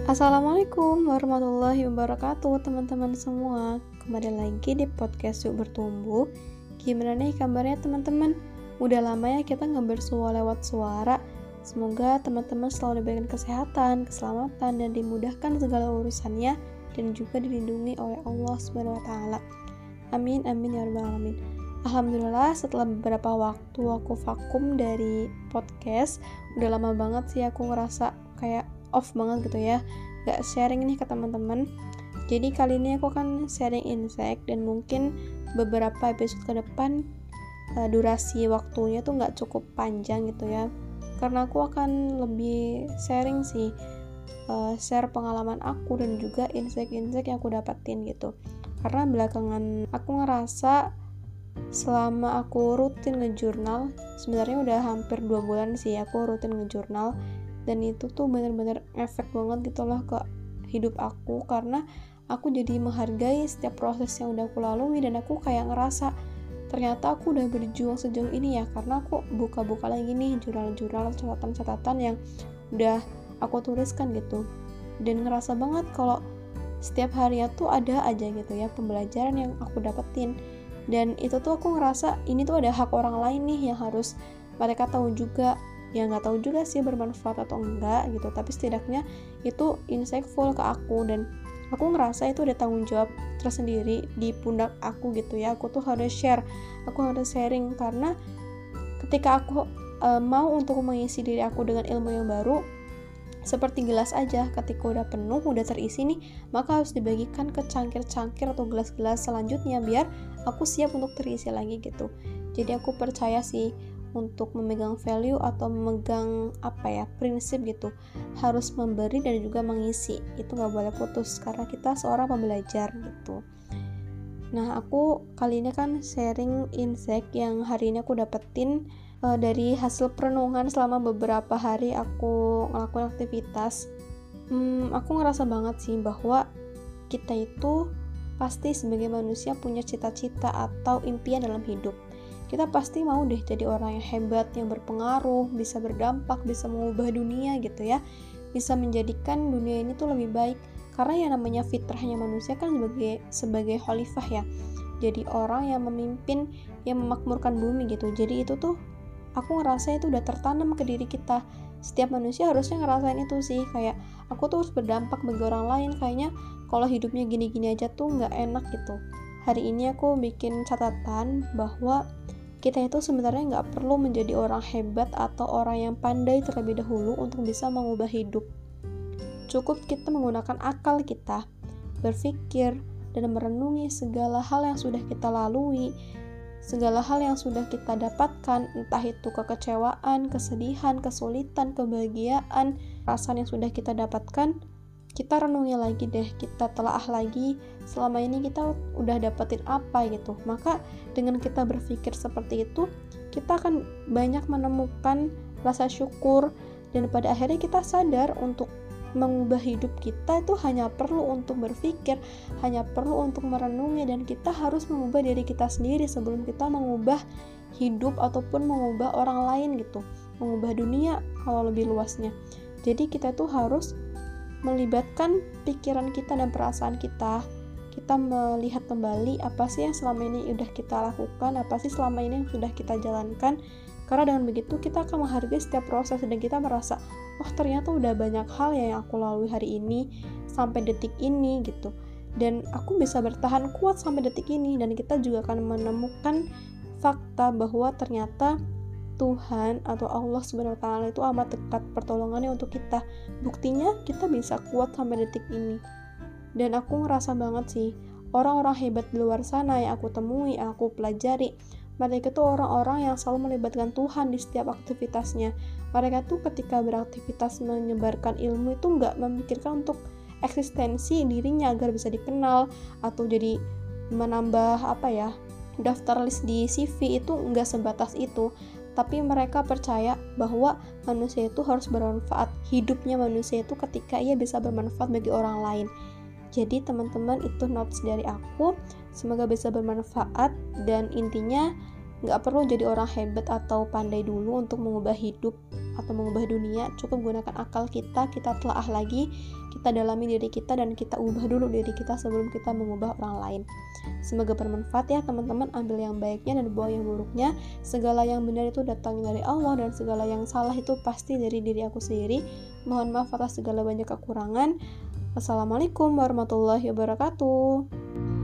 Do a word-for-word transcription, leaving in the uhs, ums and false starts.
Assalamualaikum warahmatullahi wabarakatuh teman-teman semua. Kembali lagi di podcast Yuk Bertumbuh. Gimana nih kabarnya teman-teman? Udah lama ya kita nggak bersua lewat suara. Semoga teman-teman selalu diberikan kesehatan, keselamatan, dan dimudahkan segala urusannya, dan juga dilindungi oleh Allah subhanahu wa taala. Amin amin ya rabbal alamin. Alhamdulillah setelah beberapa waktu aku vakum dari podcast, udah lama banget sih aku ngerasa kayak off banget gitu ya, gak sharing nih ke teman-teman. Jadi kali ini aku akan sharing insight, dan mungkin beberapa episode ke depan uh, durasi waktunya tuh gak cukup panjang gitu ya, karena aku akan lebih sharing sih, uh, share pengalaman aku dan juga insight-insight yang aku dapatin gitu. Karena belakangan aku ngerasa selama aku rutin ngejurnal, sebenarnya udah hampir dua bulan sih aku rutin ngejurnal, dan itu tuh bener-bener efek banget gitu loh ke hidup aku, karena aku jadi menghargai setiap proses yang udah aku lalui, dan aku kayak ngerasa ternyata aku udah berjuang sejauh ini ya, karena aku buka-buka lagi nih jurnal-jurnal, catatan-catatan yang udah aku tuliskan gitu, dan ngerasa banget kalau setiap harinya tuh ada aja gitu ya pembelajaran yang aku dapetin. Dan itu tuh aku ngerasa ini tuh ada hak orang lain nih yang harus mereka tahu juga. Ya nggak tahu juga sih bermanfaat atau enggak gitu, tapi setidaknya itu insightful ke aku, dan aku ngerasa itu ada tanggung jawab tersendiri di pundak aku gitu ya. Aku tuh harus share, aku harus sharing, karena ketika aku e, mau untuk mengisi diri aku dengan ilmu yang baru, seperti gelas aja, ketika udah penuh, udah terisi nih, maka harus dibagikan ke cangkir-cangkir atau gelas-gelas selanjutnya biar aku siap untuk terisi lagi gitu. Jadi aku percaya sih untuk memegang value atau memegang apa ya prinsip gitu, harus memberi dan juga mengisi, itu nggak boleh putus karena kita seorang pembelajar gitu. Nah, aku kali ini kan sharing insight yang hari ini aku dapetin uh, dari hasil perenungan selama beberapa hari aku ngelakuin aktivitas. Hmm, aku ngerasa banget sih bahwa kita itu pasti sebagai manusia punya cita-cita atau impian dalam hidup. Kita pasti mau deh jadi orang yang hebat, yang berpengaruh, bisa berdampak, bisa mengubah dunia gitu ya, bisa menjadikan dunia ini tuh lebih baik. Karena yang namanya fitrahnya manusia kan sebagai sebagai khalifah ya, jadi orang yang memimpin, yang memakmurkan bumi gitu. Jadi itu tuh aku ngerasa itu udah tertanam ke diri kita. Setiap manusia harusnya ngerasain itu sih, kayak aku tuh harus berdampak bagi orang lain. Kayaknya kalau hidupnya gini-gini aja tuh nggak enak gitu. Hari ini aku bikin catatan bahwa kita itu sebenarnya nggak perlu menjadi orang hebat atau orang yang pandai terlebih dahulu untuk bisa mengubah hidup. Cukup kita menggunakan akal kita, berpikir dan merenungi segala hal yang sudah kita lalui, segala hal yang sudah kita dapatkan, entah itu kekecewaan, kesedihan, kesulitan, kebahagiaan, perasaan yang sudah kita dapatkan. Kita renungi lagi deh, kita telaah lagi selama ini kita udah dapetin apa gitu. Maka dengan kita berpikir seperti itu, kita akan banyak menemukan rasa syukur, dan pada akhirnya kita sadar untuk mengubah hidup kita itu hanya perlu untuk berpikir, hanya perlu untuk merenungi, dan kita harus mengubah diri kita sendiri sebelum kita mengubah hidup ataupun mengubah orang lain gitu, mengubah dunia kalau lebih luasnya. Jadi kita tuh harus melibatkan pikiran kita dan perasaan kita. Kita melihat kembali apa sih yang selama ini udah kita lakukan, apa sih selama ini yang sudah kita jalankan. Karena dengan begitu kita akan menghargai setiap proses, dan kita merasa, oh ternyata udah banyak hal ya yang aku lalui hari ini sampai detik ini gitu, dan aku bisa bertahan kuat sampai detik ini. Dan kita juga akan menemukan fakta bahwa ternyata Tuhan atau Allah subhanahu wa taala itu amat dekat pertolongannya untuk kita. Buktinya kita bisa kuat sampai detik ini. Dan aku ngerasa banget sih, orang-orang hebat di luar sana yang aku temui, yang aku pelajari, mereka itu orang-orang yang selalu melibatkan Tuhan di setiap aktivitasnya. Mereka tuh ketika beraktivitas menyebarkan ilmu itu nggak memikirkan untuk eksistensi dirinya agar bisa dikenal, atau jadi menambah apa ya, daftar list di C V, itu nggak sebatas itu. Tapi mereka percaya bahwa manusia itu harus bermanfaat. Hidupnya manusia itu ketika ia bisa bermanfaat bagi orang lain. Jadi teman-teman, itu notes dari aku. Semoga bisa bermanfaat, dan intinya Nggak perlu jadi orang hebat atau pandai dulu untuk mengubah hidup atau mengubah dunia. Cukup gunakan akal kita, kita telaah lagi, kita dalami diri kita, dan kita ubah dulu diri kita sebelum kita mengubah orang lain. Semoga bermanfaat ya teman-teman. Ambil yang baiknya dan buang yang buruknya. Segala yang benar itu datang dari Allah, dan segala yang salah itu pasti dari diri aku sendiri. Mohon maaf atas segala banyak kekurangan. Wassalamualaikum warahmatullahi wabarakatuh.